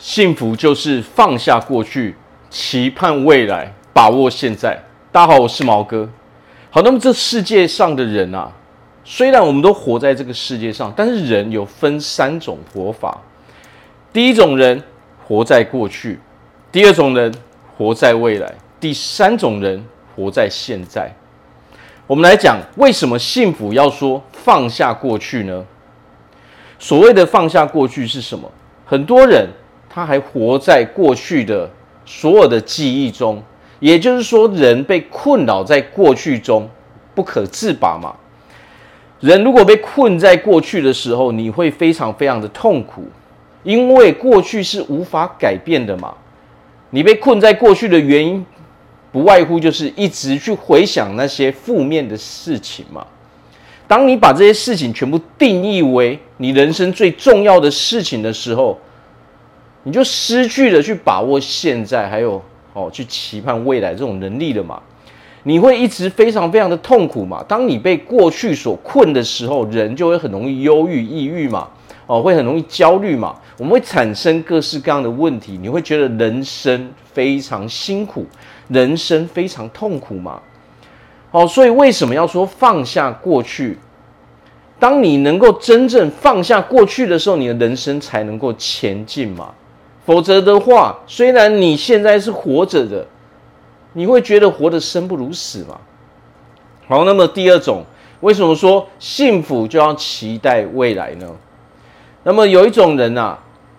幸福就是放下过去，期盼未来，把握现在。大家好，我是毛哥。好，那么这世界上的人啊，虽然我们都活在这个世界上，但是人有分3种活法。第一种人活在过去，第二种人活在未来，第3种人活在现在。我们来讲，为什么幸福要说放下过去呢？所谓的放下过去是什么？很多人他还活在过去的所有的记忆中，也就是说，人被困扰在过去中，不可自拔嘛。人如果被困在过去的时候，你会非常非常的痛苦，因为过去是无法改变的嘛。你被困在过去的原因，不外乎就是一直去回想那些负面的事情嘛。当你把这些事情全部定义为你人生最重要的事情的时候，你就失去了去把握现在，还有去期盼未来这种能力了嘛。你会一直非常非常的痛苦嘛。当你被过去所困的时候，人就会很容易忧郁、抑郁嘛，会很容易焦虑嘛。我们会产生各式各样的问题，你会觉得人生非常辛苦，人生非常痛苦嘛。所以为什么要说放下过去？当你能够真正放下过去的时候，你的人生才能够前进嘛。否则的话，虽然你现在是活着的，你会觉得活得生不如死嘛。好，那么第二种，为什么说幸福就要期待未来呢？那么有一种人啊，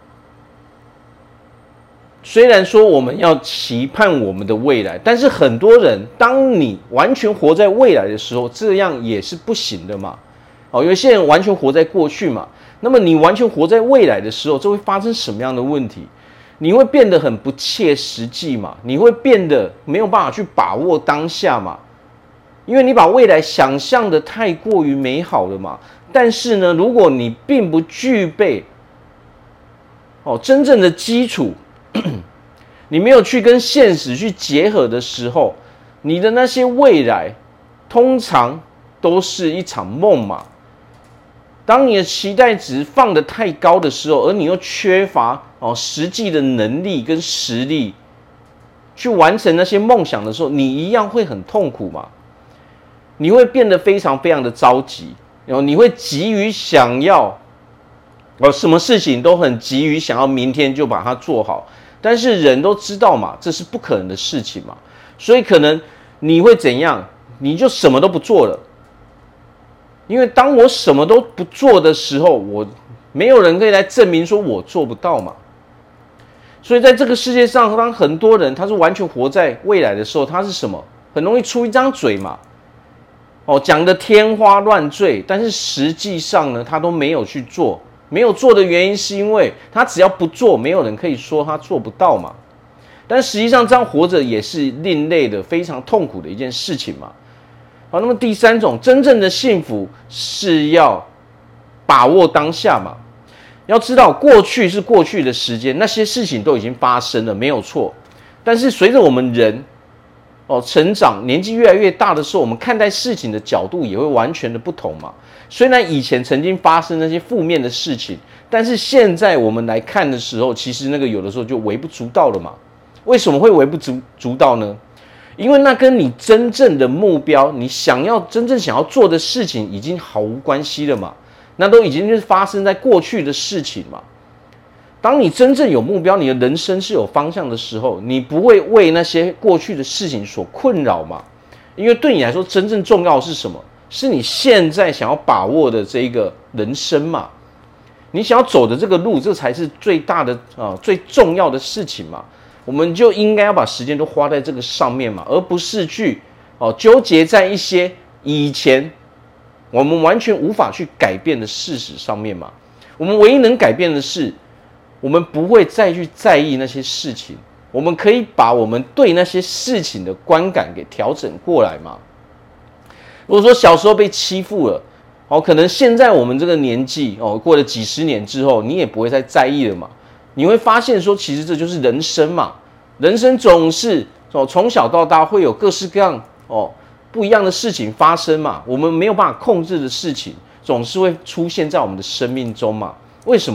虽然说我们要期盼我们的未来，但是很多人，当你完全活在未来的时候，这样也是不行的嘛。有些人完全活在过去嘛，那么你完全活在未来的时候，这会发生什么样的问题？你会变得很不切实际嘛，你会变得没有办法去把握当下嘛，因为你把未来想象的太过于美好了嘛。但是呢，如果你并不具备真正的基础，你没有去跟现实去结合的时候，你的那些未来通常都是一场梦嘛。当你的期待值放得太高的时候，而你又缺乏实际的能力跟实力去完成那些梦想的时候，你一样会很痛苦嘛。你会变得非常非常的着急，你会急于想要什么事情都很急于想要明天就把它做好，但是人都知道嘛，这是不可能的事情嘛。所以可能你会怎样？你就什么都不做了。因为当我什么都不做的时候，我没有人可以来证明说我做不到嘛。所以在这个世界上，当很多人他是完全活在未来的时候，他是什么？很容易出一张嘴嘛，讲得天花乱坠，但是实际上呢，他都没有去做。没有做的原因是因为他只要不做，没有人可以说他做不到嘛。但实际上这样活着也是另类的、非常痛苦的一件事情嘛。好，那么第3种，真正的幸福是要把握当下嘛。要知道，过去是过去的时间，那些事情都已经发生了，没有错。但是随着我们人成长，年纪越来越大的时候，我们看待事情的角度也会完全的不同嘛。虽然以前曾经发生那些负面的事情，但是现在我们来看的时候，其实那个有的时候就微不足道了嘛。为什么会微不足道呢？因为那跟你真正的目标，你真正想要做的事情已经毫无关系了嘛。那都已经是发生在过去的事情嘛。当你真正有目标，你的人生是有方向的时候，你不会为那些过去的事情所困扰嘛。因为对你来说，真正重要的是什么？是你现在想要把握的这一个人生嘛。你想要走的这个路，这才是最大的最重要的事情嘛。我们就应该要把时间都花在这个上面嘛，而不是去纠结在一些以前我们完全无法去改变的事实上面嘛。我们唯一能改变的是，我们不会再去在意那些事情，我们可以把我们对那些事情的观感给调整过来嘛。如果说小时候被欺负了，可能现在我们这个年纪过了几十年之后，你也不会再在意了嘛。你会发现说，其实这就是人生嘛。人生总是从小到大会有各式各样不一样的事情发生嘛。我们没有办法控制的事情，总是会出现在我们的生命中嘛。为什么？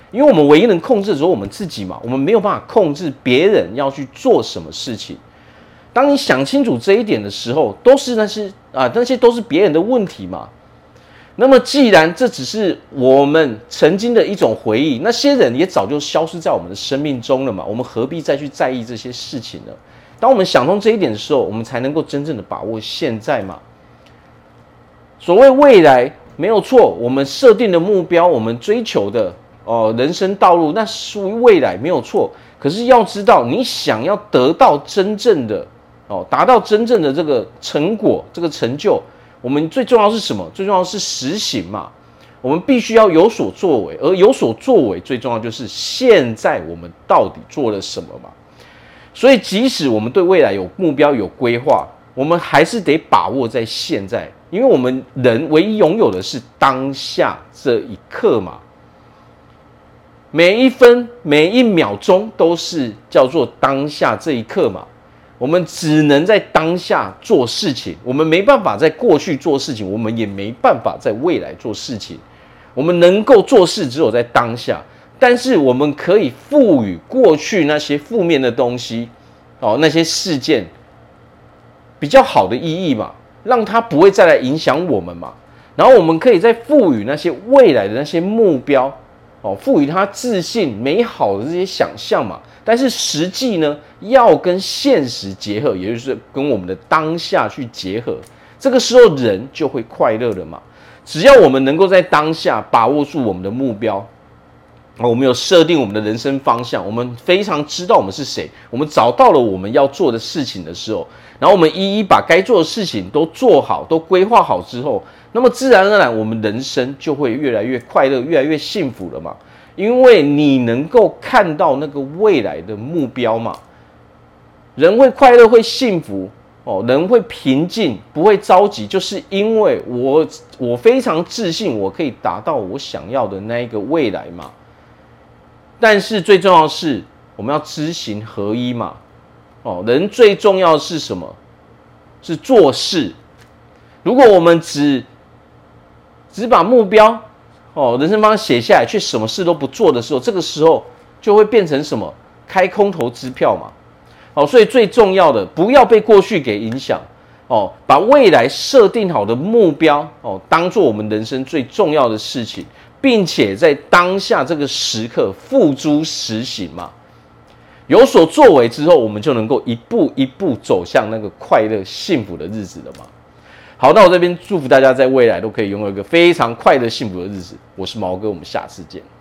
因为我们唯一能控制的只有我们自己嘛，我们没有办法控制别人要去做什么事情。当你想清楚这一点的时候，那些都是别人的问题嘛。那么既然这只是我们曾经的一种回忆，那些人也早就消失在我们的生命中了嘛，我们何必再去在意这些事情呢？当我们想通这一点的时候，我们才能够真正的把握现在嘛。所谓未来没有错，我们设定的目标，我们追求的人生道路，那属于未来没有错。可是要知道，你想要得到真正的达到真正的这个成果，这个成就，我们最重要是什么？最重要是实行嘛。我们必须要有所作为，而有所作为最重要就是现在我们到底做了什么嘛。所以即使我们对未来有目标有规划，我们还是得把握在现在，因为我们人唯一拥有的是当下这一刻嘛。每一分每一秒钟都是叫做当下这一刻嘛。我们只能在当下做事情，我们没办法在过去做事情，我们也没办法在未来做事情。我们能够做事只有在当下，但是我们可以赋予过去那些负面的东西，那些事件比较好的意义嘛，让它不会再来影响我们嘛。然后我们可以再赋予那些未来的那些目标，赋予它自信、美好的这些想象嘛。但是实际呢，要跟现实结合，也就是跟我们的当下去结合，这个时候人就会快乐了嘛。只要我们能够在当下把握住我们的目标，我们有设定我们的人生方向，我们非常知道我们是谁，我们找到了我们要做的事情的时候，然后我们一一把该做的事情都做好，都规划好之后，那么自然而然我们人生就会越来越快乐，越来越幸福了嘛。因为你能够看到那个未来的目标嘛。人会快乐会幸福人会平静不会着急，就是因为我非常自信我可以达到我想要的那一个未来嘛。但是最重要的是我们要知行合一嘛。人最重要的是什么？是做事。如果我们只把目标人生方向写下来，却什么事都不做的时候，这个时候就会变成什么？开空头支票嘛。所以最重要的，不要被过去给影响把未来设定好的目标当做我们人生最重要的事情，并且在当下这个时刻付诸实行嘛。有所作为之后，我们就能够一步一步走向那个快乐幸福的日子了嘛。好，那我这边祝福大家在未来都可以拥有一个非常快乐幸福的日子。我是毛哥，我们下次见。